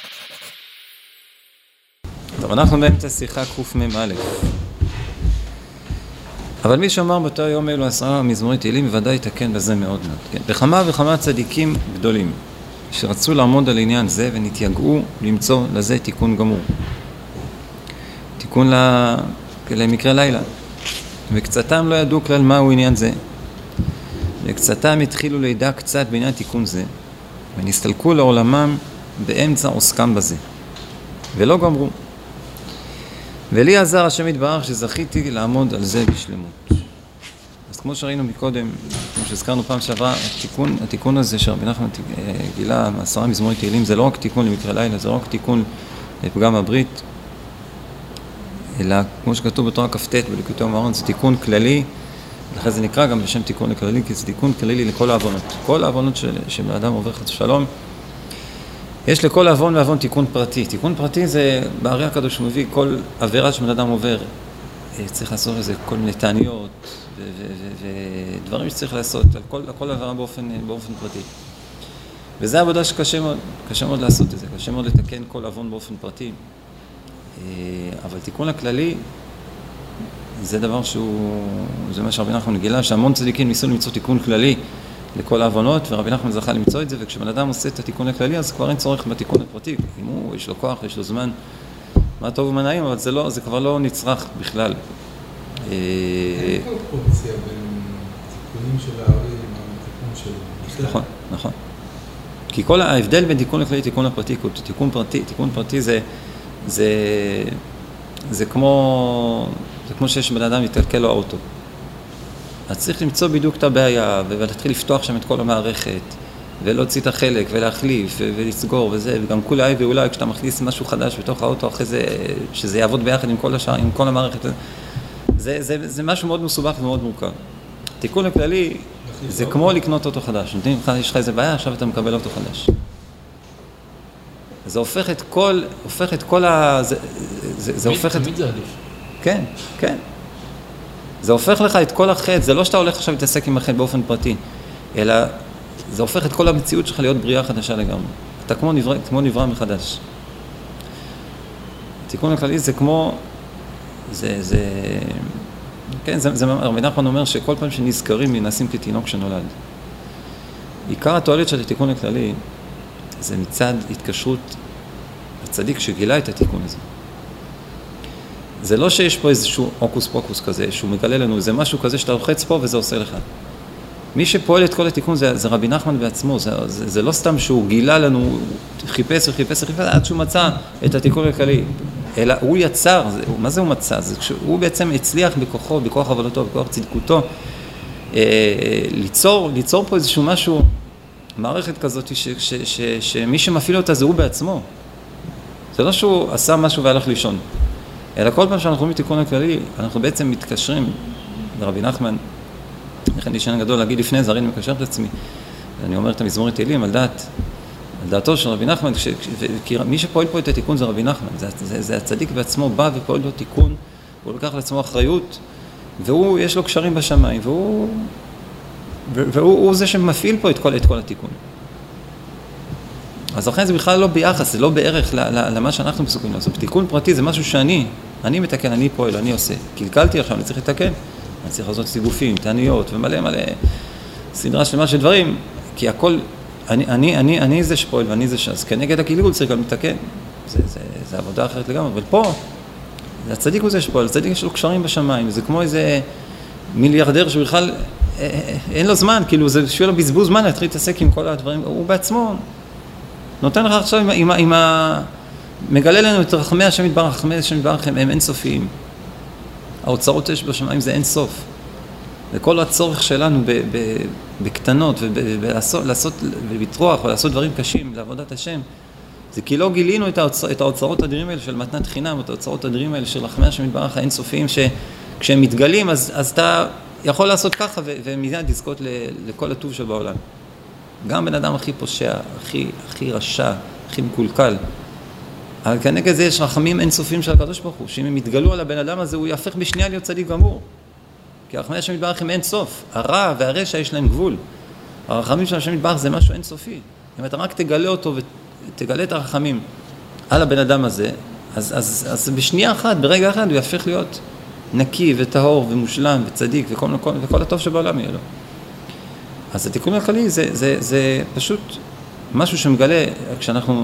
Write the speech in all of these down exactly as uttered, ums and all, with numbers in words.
טוב, אנחנו באמצע שיחה קמ"א. אבל מי שאומר באותו יום אלו עשרה מזמורי תהילים, בוודאי יתקן בזה מאוד מאוד. כן? בכמה וכמה צדיקים גדולים, שרצו לעמוד על עניין זה ונתייגעו למצוא לזה תיקון גמור. תיקון למקרה לילה. וקצתם לא ידעו כלל מהו עניין זה. וקצתם התחילו לידע קצת בעניין תיקון זה, ונסתלקו לעולמם באמצע עוסקם בזה. ולא גמרו. ולי עזר השם יתברך שזכיתי לעמוד על זה בשלמות. אז כמו שראינו מקודם, כמו שהזכרנו פעם שעברה, התיקון, התיקון הזה שרבי נחמן גילה עשרה מזמורי תהילים, זה לא רק תיקון למקרה לילה, זה לא רק תיקון לפגם הברית, אלא כמו שכתוב בתורה כ"ט בליקוטי המוהר"ן, זה תיקון כללי, לכן זה נקרא גם בשם תיקון לכללי, כי זה תיקון כללי לכל העוונות. כל העוונות שבאדם עובר חס ושלום, יש לכל עוון ועוון תיקון פרטי. תיקון פרטי זה, בהרי הקדוש הוא מביא כל עבירה שבן אדם עובר, צריך לעשות איזה כל מיני תעניות ודברים שצריך לעשות, על כל, כל עבירה באופן, באופן פרטי. וזה עבודה שקשה מאוד, קשה מאוד לעשות את זה, קשה מאוד לתקן כל עוון באופן פרטי. אבל תיקון הכללי, זה דבר שהוא, זה מה שרבי נחמן גילה, שהמון צדיקים ניסו למצוא תיקון כללי לכל העוונות, ורבי נחמן זכה למצוא את זה, וכשבן אדם עושה את התיקון הכללי, אז כבר אין צורך בתיקון הפרטי. אם הוא, יש לו כוח, יש לו זמן, מה טוב ומה נעים, אבל זה, לא, זה כבר לא נצרך בכלל. אין כל פרופורציה בין תיקונים של הערים לתיקון של... נכון, נכון. כי כל ההבדל בין תיקון הכללי לתיקון הפרטי, תיקון פרטי, תיקון פרטי זה, זה, זה כמו, זה כמו שיש בן אדם יתקלקל לו האוטו. אז צריך למצוא בדיוק את הבעיה, ולהתחיל לפתוח שם את כל המערכת, ולהוציא את החלק, ולהחליף, ולסגור, וזה, וגם כולי ואולי כשאתה מכניס משהו חדש בתוך האוטו, אחרי זה, שזה יעבוד ביחד עם כל השאר, עם כל המערכת, זה, זה, זה משהו מאוד מסובך ומאוד מורכב. תיקון הכללי, זה כמו לקנות אוטו חדש. נותנים לך, יש לך איזה בעיה, עכשיו אתה מקבל אוטו חדש. זה הופך את כל, הופך את כל ה... זה, זה, זה הופך את... תמיד זה עדיף. כן, כן. זה הופך לך את כל החטא, זה לא שאתה הולך עכשיו להתעסק עם החטא באופן פרטי, אלא זה הופך את כל המציאות שלך להיות בריאה חדשה לגמרי. אתה כמו נברא, כמו נברא מחדש. התיקון הכללי זה כמו, זה, זה, כן, זה, זה, רבי נחמן אומר שכל פעם שנזכרים נעשים כתינוק שנולד. עיקר התועלת של התיקון הכללי, זה מצד התקשרות הצדיק שגילה את התיקון הזה. זה לא שיש פה איזשהו אוקוס פוקוס כזה, שהוא מגלה לנו, זה משהו כזה שאתה לוחץ פה וזה עושה לך. מי שפועל את כל התיקון זה, זה רבי נחמן בעצמו, זה, זה, זה לא סתם שהוא גילה לנו, חיפש וחיפש וחיפש, עד שהוא מצא את התיקון הכללי, אלא הוא יצר, זה, מה זה הוא מצא? זה שהוא בעצם הצליח בכוחו, בכוח עבודתו, בכוח צדקותו, אה, ליצור, ליצור פה איזשהו משהו, מערכת כזאת ש, ש, ש, שמי שמפעיל אותה זה הוא בעצמו. זה לא שהוא עשה משהו והלך לישון. אלא כל פעם שאנחנו רואים תיקון הכללי, אנחנו בעצם מתקשרים לרבי נחמן, לכן נשען גדול להגיד לפני זה, הרי אני מקשר את עצמי, אני אומר את המזמורי תהילים על דעת, על דעתו של רבי נחמן, כש, כי מי שפועל פה את התיקון זה רבי נחמן, זה, זה, זה הצדיק בעצמו בא ופועל לו תיקון, הוא לקח לעצמו אחריות, והוא, יש לו קשרים בשמיים, והוא, והוא הוא זה שמפעיל פה את כל, את כל התיקון. אז לכן זה בכלל לא ביחס, זה לא בערך למה שאנחנו מסוגלים לעשות. תיקון פרטי זה משהו שאני, אני מתקן, אני פועל, אני עושה. קלקלתי עכשיו, אני צריך לתקן. אני צריך לעשות סיגופים, תעניות ומלא מלא סדרה שלמה של דברים, כי הכל, אני, אני, אני, אני זה שפועל ואני זה שאז. כנגד הקלקול צריך גם לתקן. זה, זה, זה עבודה אחרת לגמרי. אבל פה, זה הצדיק הוא זה שפועל, הצדיק יש לו קשרים בשמיים. זה כמו איזה מיליארדר שבכלל אין לו זמן, כאילו זה שיהיה לו בזבוז זמן להתחיל להתעסק עם כל הדברים. הוא בעצמו נותן לך עכשיו, עם, עם ה... מגלה לנו את רחמי השם יתברך, רחמי השם יתברך הם אינסופיים. האוצרות יש בשמיים זה אין סוף. וכל הצורך שלנו ב, ב, בקטנות ולעשות, לעשות, ולטרוח ולעשות דברים קשים לעבודת השם, זה כי לא גילינו את, האוצר, את האוצרות האדירים האלה של מתנת חינם, את האוצרות האדירים האלה של רחמי השם יתברך האינסופיים, שכשהם מתגלים אז, אז אתה יכול לעשות ככה ו, ומיד לזכות ל, לכל הטוב שבעולם. גם בן אדם הכי פושע, הכי, הכי רשע, הכי מקולקל. אבל כנגד זה יש רחמים אינסופיים של הקדוש ברוך הוא, שאם הם יתגלו על הבן אדם הזה, הוא יהפך בשנייה להיות צדיק גמור. כי הרחמי השם יתברך הם אין סוף. הרע והרשע יש להם גבול. הרחמים של השם יתברך זה משהו אינסופי. אם אתה רק תגלה אותו ותגלה את הרחמים, על הבן אדם הזה, אז, אז, אז בשנייה אחת, ברגע אחד, הוא יהפך להיות נקי וטהור ומושלם וצדיק וכל, וכל, וכל הטוב שבעולם יהיה לו. אז התיקון הכללי זה, זה, זה פשוט משהו שמגלה, כשאנחנו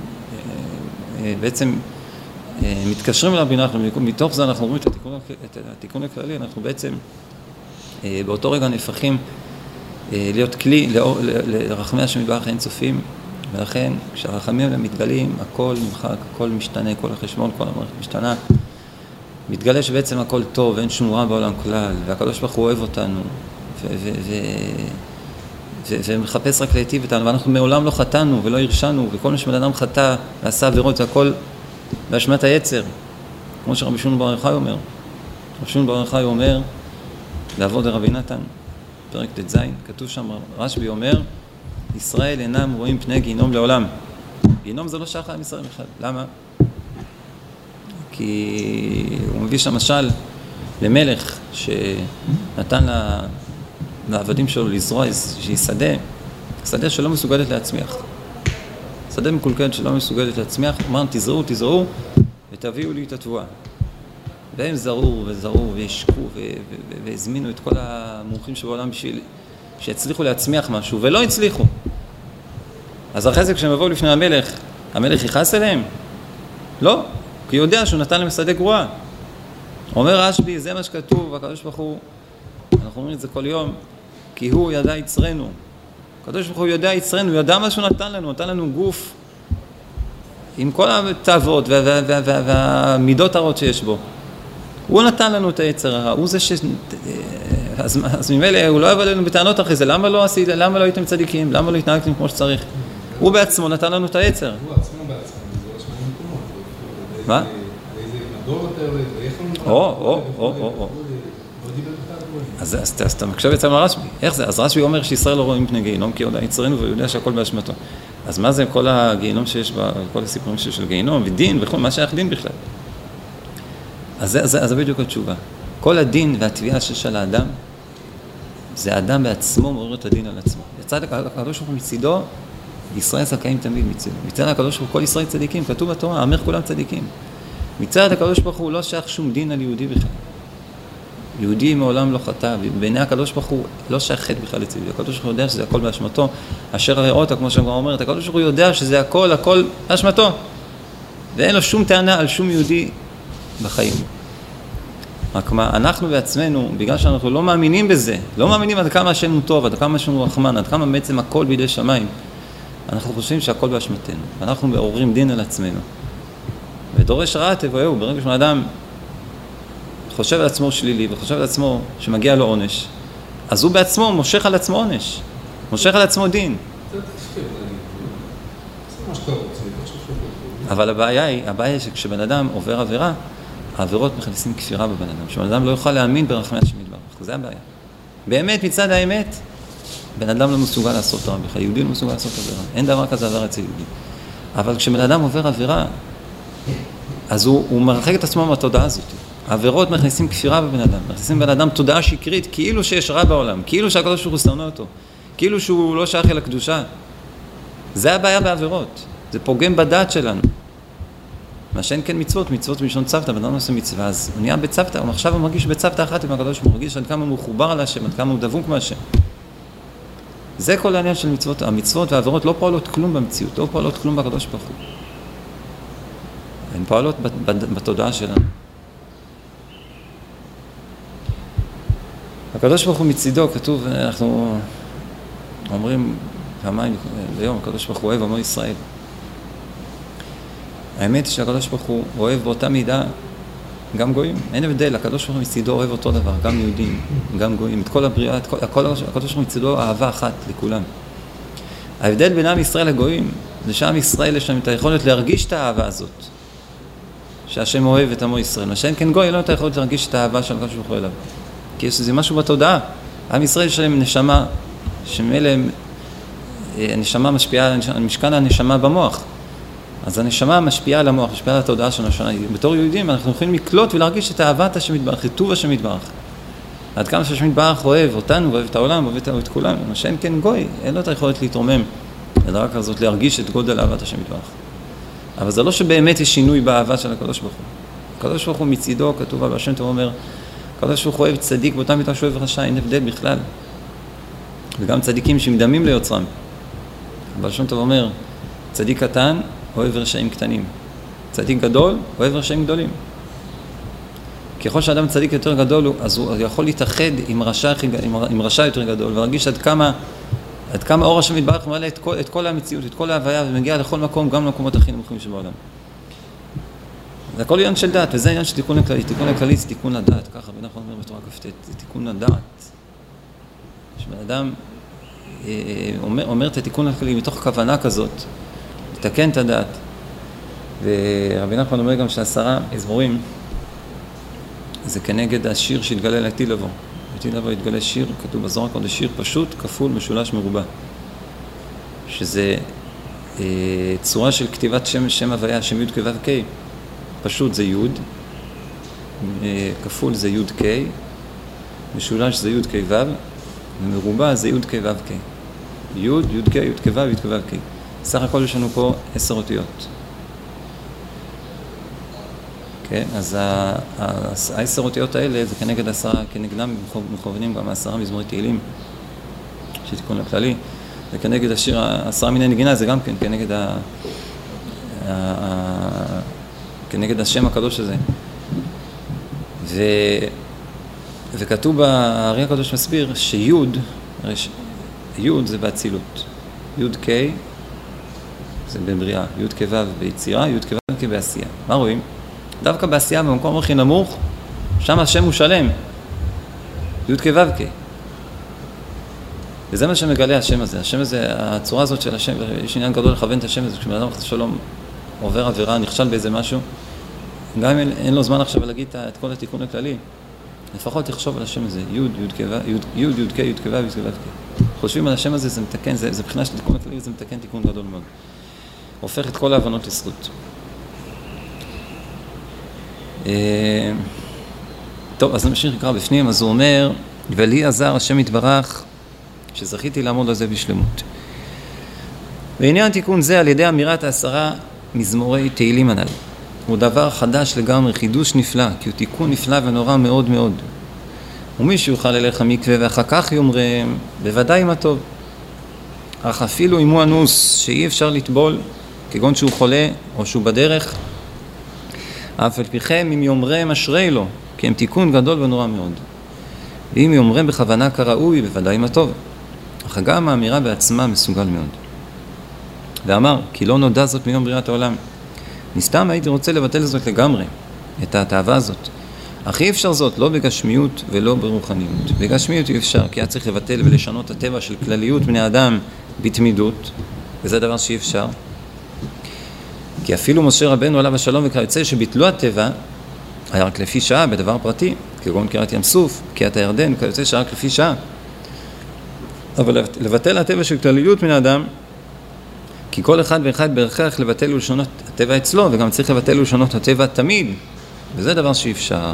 בעצם מתקשרים אליו, מתוך זה אנחנו רואים את התיקון, את התיקון הכללי, אנחנו בעצם באותו רגע נהפכים להיות כלי לרחמי השם יתברך האינסופיים, ולכן כשהרחמים האלה מתגלים, הכל נמחק, הכל משתנה, כל החשבון, כל המערכת משתנה, מתגלה שבעצם הכל טוב, אין שום רע בעולם כלל, והקדוש ברוך הוא אוהב אותנו, ומחפש רק להיטיב אותנו, ואנחנו מעולם לא חטאנו ולא הרשענו, וכל מה שבן אדם חטא ועשה עבירות, זה הכל באשמת היצר, כמו שרבי שמעון בר יוחאי אומר. רבי שמעון בר יוחאי אומר, לעבוד לרבי נתן, פרק ט"ז, כתוב שם, רשב"י אומר, ישראל אינם רואים פני גיהינום לעולם. גיהינום זה לא שייך לעם ישראל בכלל. למה? כי הוא מביא שם משל למלך שנתן לעבדים שלו לזרוע איזושהי שדה, שדה שלא מסוגלת להצמיח. שדה מקולקלת שלא מסוגלת להצמיח, אמרנו תזרעו, תזרעו ותביאו לי את התבואה. והם זרעו וזרעו וישקו והזמינו את כל המומחים שבעולם בשביל שהצליחו להצמיח משהו, ולא הצליחו. אז אחרי זה כשהם יבואו לפני המלך, המלך יכעס אליהם? לא, כי הוא יודע שהוא נתן להם שדה גרועה. אומר רשב"י, זה מה שכתוב, הקדוש ברוך הוא, אנחנו אומרים את זה כל יום, כי הוא ידע יצרנו. הקדוש ברוך הוא ידע יצרנו, הוא ידע מה שהוא נתן לנו, נתן לנו גוף עם כל התאוות והמידות הרעות שיש בו. הוא נתן לנו את היצר הרע, הוא זה ש... אז, אז ממילא הוא לא יבוא לנו בטענות אחרי זה, למה לא עשית, למה לא הייתם צדיקים, למה לא התנהגתם כמו שצריך? הוא בעצמו נתן לנו את היצר. הוא עצמו בעצמו, זה לא שמונה מקומות. מה? באיזה מדור אתה יורד, ואיך הוא נתן? או, או, או, או, או. אז אתה מקשב יצא מהרשב"י, איך זה? אז רשב"י אומר שישראל לא רואים פני גיהינום, כי יודע יצרנו והוא יודע שהכל באשמתו. אז מה זה כל הגיהינום שיש בה, כל הסיפורים שיש של גיהינום ודין וכל, מה שייך דין בכלל? אז זה, זה, זה בדיוק התשובה. כל הדין והתביעה שיש על האדם, זה האדם בעצמו מעורר את הדין על עצמו. יצא הקדוש ברוך הוא מצידו, ישראל זכאים תמיד מצידו. מצד הקדוש ברוך הוא כל ישראל צדיקים, כתוב בתורה, אמר כולם צדיקים. מצד הקדוש ברוך הוא לא שייך שום דין על יהודי בכלל. יהודי מעולם לא חטא, ובעיני הקדוש ברוך הוא לא שייך חטא בכלל לצידו. הקדוש ברוך הוא יודע שזה הכל באשמתו, אשר הראותה, כמו שגם אומרת, הקדוש ברוך הוא יודע שזה הכל, הכל באשמתו. ואין לו שום טענה על שום יהודי בחיים. רק מה, אנחנו בעצמנו, בגלל שאנחנו לא מאמינים בזה, לא מאמינים עד כמה השם הוא טוב, עד כמה השם הוא רחמן, עד כמה בעצם הכל בידי שמיים, אנחנו חושבים שהכל באשמתנו. אנחנו מעוררים דין על עצמנו. ודורש רעה תבואהו, ברגע שבן אדם חושב על עצמו שלילי, וחושב על עצמו שמגיע לו עונש, אז הוא בעצמו מושך על עצמו עונש, מושך על עצמו דין. אבל הבעיה היא, הבעיה היא שכשבן אדם עובר עבירה, העבירות מכניסים כפירה בבן אדם, שבן אדם לא יוכל להאמין ברחמי השם יתברך, זה הבעיה. באמת, מצד האמת, בן אדם לא מסוגל לעשות רע בכלל, יהודי לא מסוגל לעשות עבירה, אין דבר כזה עבירה אצל יהודי. אבל כשבן אדם עובר עבירה, אז הוא, הוא מרחק את עצמו מהתודעה הזאת. העבירות מכניסים כפירה בבן אדם, מכניסים בן אדם תודעה שקרית, כאילו שיש רע בעולם, כאילו שהקדוש ברוך הוא שונא אותו, כאילו שהוא לא שייך אל הקדושה. זה הבעיה בעבירות, זה פוגם בדעת שלנו. מה שאין כן מצוות, מצוות מלשון צוותא, בן אדם עושה מצווה, אז הוא נהיה בצוותא, הוא עכשיו הוא מרגיש בצוותא אחת עם הקדוש ברוך הוא, מרגיש עד כמה הוא מחובר על השם, עד כמה הוא דבוק מהשם. זה כל העניין של מצוות, המצוות והעבירות לא פועלות כלום במציאות, לא פועלות כלום בקדוש ברוך הוא. הן פועלות בתודעה שלנו. הקדוש ברוך הוא מצידו, כתוב, אנחנו אומרים פעמיים ביום, הקדוש ברוך הוא אוהב עמו ישראל. האמת היא שהקדוש ברוך הוא אוהב באותה מידה גם גויים. אין הבדל, הקדוש ברוך הוא מצידו אוהב אותו דבר, גם יהודים, גם גויים. את כל הבריאה, את כל, הכל, הקדוש ברוך הוא מצידו אהבה אחת לכולם. ההבדל בין עם ישראל לגויים, זה שעם ישראל יש להם את היכולת להרגיש את האהבה הזאת, שהשם אוהב את עמו ישראל. מה שאין כן גוי, אין לו את היכולת להרגיש את האהבה של הקדוש ברוך הוא אליו. כי יש איזה משהו בתודעה. עם ישראל יש להם נשמה, שמאלה הנשמה משפיעה על משכן הנשמה במוח. אז הנשמה משפיעה על המוח, משפיעה על התודעה של הנשמה. בתור יהודים אנחנו יכולים לקלוט ולהרגיש את אהבת השם יתברך, את טוב השם יתברך. עד כמה שהשם יתברך אוהב אותנו, אוהב את העולם, אוהב את כולם. מה שאין כן גוי, אין לו את היכולת להתרומם, לדבר כזאת להרגיש את גודל אהבת השם יתברך. אבל זה לא שבאמת יש שינוי באהבה של הקדוש ברוך הוא. הקדוש ברוך הוא מצידו, כתוב על השם טוב אומר, הקדוש ברוך הוא אוהב צדיק באותה מידה שהוא אוהב רשע, אין הבדל בכלל. וגם צדיקים שמדמים ליוצרם. אבל השם טוב אומר, צדיק קטן אוהב רשעים קטנים. צדיק גדול אוהב רשעים גדולים. ככל שאדם צדיק יותר גדול, אז הוא יכול להתאחד עם רשע, עם רשע יותר גדול, ולהרגיש עד כמה, עד כמה אור השם יתברך מעלה את כל, את כל המציאות, את כל ההוויה, ומגיע לכל מקום, גם למקומות הכי נמוכים שבעולם. זה הכל עניין של דעת, וזה עניין של תיקון הכללי. תיקון הכללי זה תיקון לדעת, ככה בן נכון אומר בתורה כ"ט, זה תיקון לדעת. שבן אדם אה, אומר, אומר את התיקון הכללי מתוך כוונה כזאת, לתקן את הדעת. ורבי נחמן אומר גם שעשרה מזמורים, זה כנגד השיר שהתגלה לעתיד לבוא. לעתיד לבוא התגלה שיר, כתוב בזוהר הקודש, שיר פשוט, כפול, משולש, מרובע. שזה אה, צורה של כתיבת שם, שם הוויה, שם י' כ' ו' כ'. פשוט זה י', אה, כפול זה י' כ', משולש זה י' כ' ו', ומרובע זה י' כ' ו' כ'. י', י' כ', י' כ' ו', י' כ' ו' כ'. סך הכל יש לנו פה עשר אותיות. כן, אז העשר אותיות האלה זה כנגד עשרה, כנגדם מכוונים גם עשרה מזמורי תהילים, שתיקון הכללי, וכנגד השיר עשרה מיני נגינה זה גם כן, כנגד ה... כנגד השם הקדוש הזה. ו... וכתוב בארי הקדוש מסביר שיוד, יוד זה באצילות, יוד ק' זה בבריאה, יוד כ' ו' ביצירה, יוד כ' ו' בעשייה. מה רואים? דווקא בעשייה במקום הכי נמוך, שם השם הוא שלם, י' כ' ו' כ'. וזה מה שמגלה השם הזה. השם הזה, הצורה הזאת של השם, יש עניין גדול לכוון את השם הזה, כשבן חס ושלום עובר עבירה, נכשל באיזה משהו, גם אם אין, אין לו זמן עכשיו להגיד את כל התיקון הכללי, לפחות תחשוב על השם הזה, י' י' כ' ו', י' י' כ' י' כ' ו' י' כ' ו' כ'. חושבים על השם הזה, זה מתקן, זה, זה בחינה של תיקון הכללי, וזה מתקן תיקון גדול מאוד. הופך את כל ההבנות לזכות. טוב, אז נמשיך לקרוא בפנים. אז הוא אומר, ולי עזר השם יתברך שזכיתי לעמוד על זה בשלמות. ועניין תיקון זה על ידי אמירת העשרה מזמורי תהילים הנ"ל הוא דבר חדש לגמרי, חידוש נפלא, כי הוא תיקון נפלא ונורא מאוד מאוד. ומי שיוכל אליך מקווה ואחר כך יאמרם, בוודאי מה טוב. אך אפילו אם הוא אנוס שאי אפשר לטבול, כגון שהוא חולה או שהוא בדרך, אף על פיכם אם יאמרם אשרי לו, כי הם תיקון גדול ונורא מאוד. ואם יאמרם בכוונה כראוי, בוודאי מה טוב. אך גם האמירה בעצמה מסוגל מאוד. ואמר, כי לא נודע זאת מיום בריאת העולם. נסתם הייתי רוצה לבטל זאת לגמרי, את התאווה הזאת. אך אי אפשר זאת, לא בגשמיות ולא ברוחניות. בגשמיות אי אפשר, כי היה צריך לבטל ולשנות את הטבע של כלליות בני אדם בתמידות, וזה דבר שאי אפשר. כי אפילו משה רבנו עליו השלום וכיוצא שביטלו הטבע, היה רק לפי שעה בדבר פרטי, כגון קריאת ים סוף, קריאת הירדן, כיוצא שעה רק לפי שעה. אבל לבטל הטבע של כלליות מן האדם, כי כל אחד ואחד בהכרח לבטל ולשנות הטבע אצלו, וגם צריך לבטל ולשנות הטבע תמיד, וזה דבר שאי אפשר.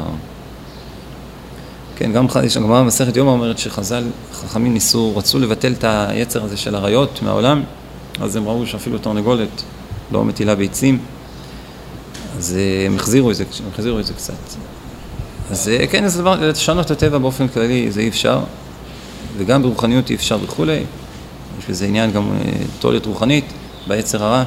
כן, גם יש הגמרא במסכת יומא אומרת שחז"ל, חכמים ניסו, רצו לבטל את היצר הזה של הריות מהעולם, אז הם ראו שאפילו תרנגולת לא מטילה ביצים, אז הם החזירו את זה, הם החזירו את זה קצת. אז כן, זה דבר, לשנות את הטבע באופן כללי, זה אי אפשר, וגם ברוחניות אי אפשר וכולי. יש בזה עניין גם תועלת רוחנית, ביצר הרע.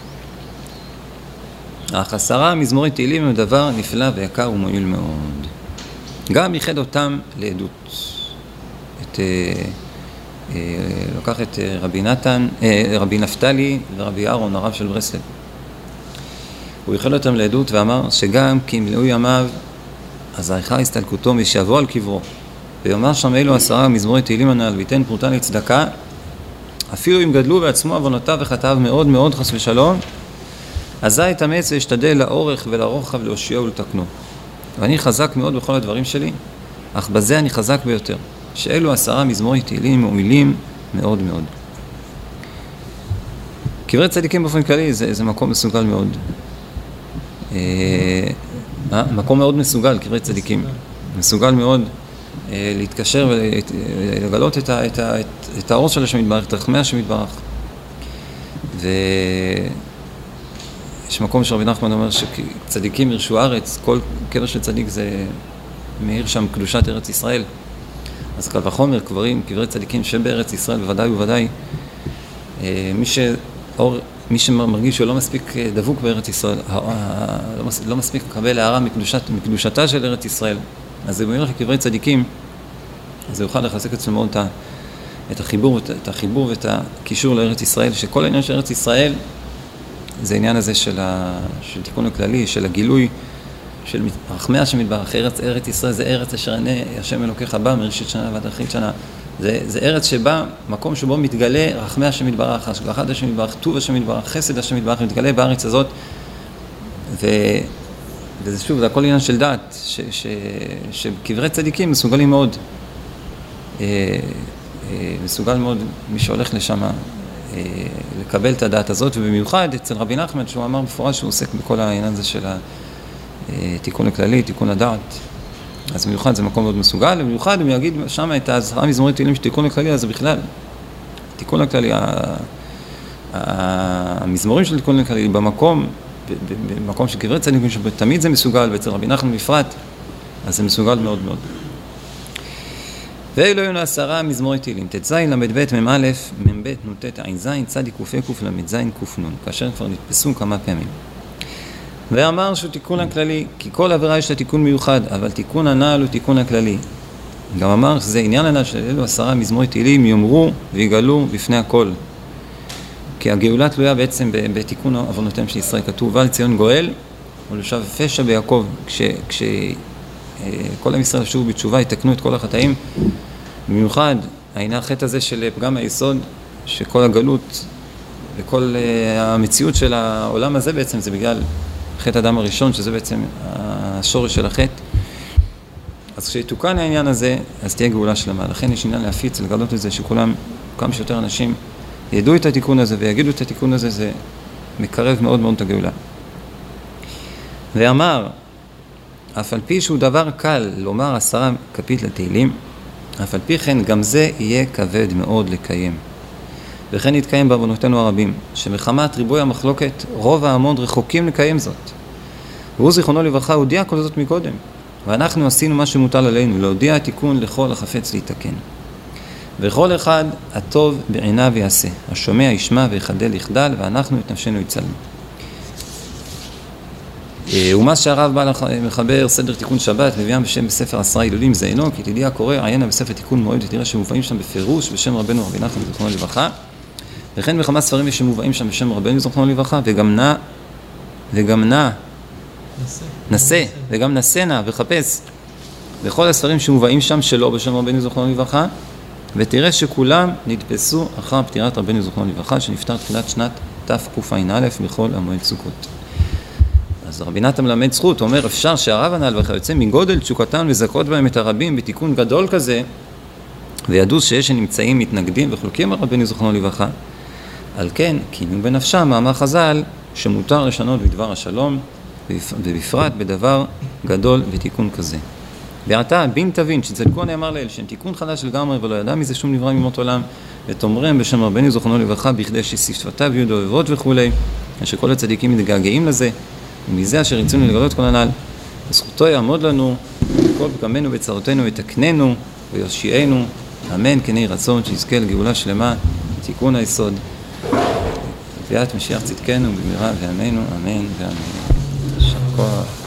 אך עשרה מזמורי תהילים הם דבר נפלא ויקר ומועיל מאוד. גם ייחד אותם לעדות. את, אה, אה, לוקח את רבי נתן, אה, רבי נפתלי ורבי אהרון, הרב של ברסלב. הוא ייחד אותם לעדות ואמר שגם כי מלאו ימיו, אז העריכה הסתלקותו ושיבוא על קברו. ויאמר שם אלו עשרה מזמורי תהילים הנ"ל ויתן פרוטה לצדקה, אפילו אם גדלו בעצמו עוונותיו וחטאיו מאוד מאוד חס ושלום, אזי יתאמץ וישתדל לאורך ולרוחב להושיעו ולתקנו. ואני חזק מאוד בכל הדברים שלי, אך בזה אני חזק ביותר, שאלו עשרה מזמורי תהילים מועילים מאוד מאוד. קברי צדיקים באופן כללי זה, זה מקום מסוגל מאוד. אה, מקום מאוד מסוגל, קברי צדיקים. מסוגל מאוד אה, להתקשר ולגלות את, ה, את, ה, את, את האור של השם יתברך, את רחמי השם יתברך. ו... יש מקום שרבי נחמן אומר שצדיקים ירשו ארץ, כל קבר של צדיק זה מאיר שם קדושת ארץ ישראל. אז קל וחומר, קברים, קברי צדיקים שבארץ ישראל, בוודאי ובוודאי. מי, שאור, מי שמרגיש שהוא לא מספיק דבוק בארץ ישראל, לא מספיק לקבל הערה מקדושת, מקדושתה של ארץ ישראל, אז זה מאיר לקברי צדיקים, אז זה יוכל לחזק אצלו מאוד את החיבור, את החיבור ואת הקישור לארץ ישראל, שכל העניין של ארץ ישראל, זה העניין הזה של, ה, של תיקון הכללי, של הגילוי, של רחמי השם יתברך. ארץ, ארץ ישראל זה ארץ אשר ענה השם אלוקיך בא מראשית שנה ועד אחרית שנה. זה, זה ארץ שבה, מקום שבו מתגלה רחמי השם יתברך, השגחת השם יתברך, טוב השם יתברך, חסד השם יתברך, מתגלה בארץ הזאת. ו, וזה שוב, זה הכל עניין של דת, ש, ש, שקברי צדיקים מסוגלים מאוד, אה, אה, מסוגל מאוד מי שהולך לשם, לקבל את הדעת הזאת, ובמיוחד אצל רבי נחמן, שהוא אמר בפורש שהוא עוסק בכל העניין הזה של התיקון הכללי, תיקון הדעת. אז במיוחד זה מקום מאוד מסוגל, ובמיוחד אם יגיד שם את העשרה מזמורי תהילים של תיקון הכללי, אז בכלל, תיקון הכללי, המזמורים של תיקון הכללי, במקום, במקום של קברי צדיקים, שתמיד זה מסוגל, ואצל רבי נחמן בפרט, אז זה מסוגל מאוד מאוד. ואלו היו עשרה מזמורי תהילים, ט"ז למ"ב מ"א מ"ב נ"ט ע"ז צדיק ק"ק למ"ז ק"נ, כאשר כבר נתפסו כמה פעמים. ואמר שהוא תיקון הכללי, כי כל עבירה יש לה תיקון מיוחד, אבל תיקון הנעל הוא תיקון הכללי. גם אמר שזה עניין הנעל של אלו עשרה מזמורי תהילים יאמרו ויגלו בפני הכל. כי הגאולה תלויה בעצם בתיקון עוונותיהם של ישראל. כתוב, ובא לציון גואל ולשב פשע ביעקב, כש... כש... כל עם ישראל שוב בתשובה, יתקנו את כל החטאים. במיוחד, העניין החטא הזה של פגם היסוד, שכל הגלות וכל המציאות של העולם הזה בעצם זה בגלל חטא אדם הראשון, שזה בעצם השורש של החטא. אז כשיתוקן העניין הזה, אז תהיה גאולה שלמה. לכן יש עניין להפיץ, לגלות את זה, שכולם, כמה שיותר אנשים ידעו את התיקון הזה ויגידו את התיקון הזה, זה מקרב מאוד מאוד את הגאולה. ואמר, אף על פי שהוא דבר קל לומר עשרה כפית לתהילים, אף על פי כן גם זה יהיה כבד מאוד לקיים. וכן יתקיים בעוונותינו הרבים, שמחמת ריבוי המחלוקת רוב ההמון רחוקים לקיים זאת. והוא זיכרונו לברכה הודיע כל זאת מקודם, ואנחנו עשינו מה שמוטל עלינו, להודיע תיקון לכל החפץ להתקן. וכל אחד הטוב בעיניו יעשה, השומע ישמע ויחדל יחדל, ואנחנו את נפשנו יצלנו. ומה שהרב בא לחבר סדר תיקון שבת, מביאם בשם בספר עשרה הילולים זה אינו, כי תדעי הקורא, עיינה בספר תיקון מועד ותראה שמובאים שם בפירוש בשם רבנו רבי נחמן זיכרונו לברכה, וכן בכמה ספרים יש שמובאים שם בשם רבנו זיכרונו לברכה, וגם נע, וגם נע, נסה, וגם נסה נע וחפש, וכל הספרים שמובאים שם שלא בשם רבנו זיכרונו לברכה, ותראה שכולם נתפסו אחר פטירת רבנו זיכרונו לברכה, שנפטר תחילת שנת תקע"א בכל המועד סוכות. אז רבי נתן מלמד זכות, הוא אומר, אפשר שהרב הנ"ל וכיוצא מגודל תשוקתן וזכות בהם את הרבים בתיקון גדול כזה, וידעו שיש שנמצאים מתנגדים וחלוקים על רבנו זיכרונו לברכה. על כן, קינו בנפשם מאמר חז"ל שמותר לשנות בדבר השלום, ובפרט בדבר גדול ותיקון כזה. ועתה, בין תבין שצדקו נאמר לאל, שהם תיקון חדש לגמרי ולא ידע מזה שום נברא ממות עולם, ותאמרם בשם רבנו זיכרונו לברכה בכדי ששפתיו יהיו דובבות וכולי, אשר כל הצדיקים מתגעגעים לזה, ומזה אשר רצינו לגלות כל הנ"ל, בזכותו יעמוד לנו, כל פגמנו וצרותינו יתקננו ויושיענו, אמן כן יהי רצון שיזכה לגאולה שלמה, תיקון היסוד, ביאת משיח צדקנו במהרה וימינו, אמן ואמן. יישר כוח.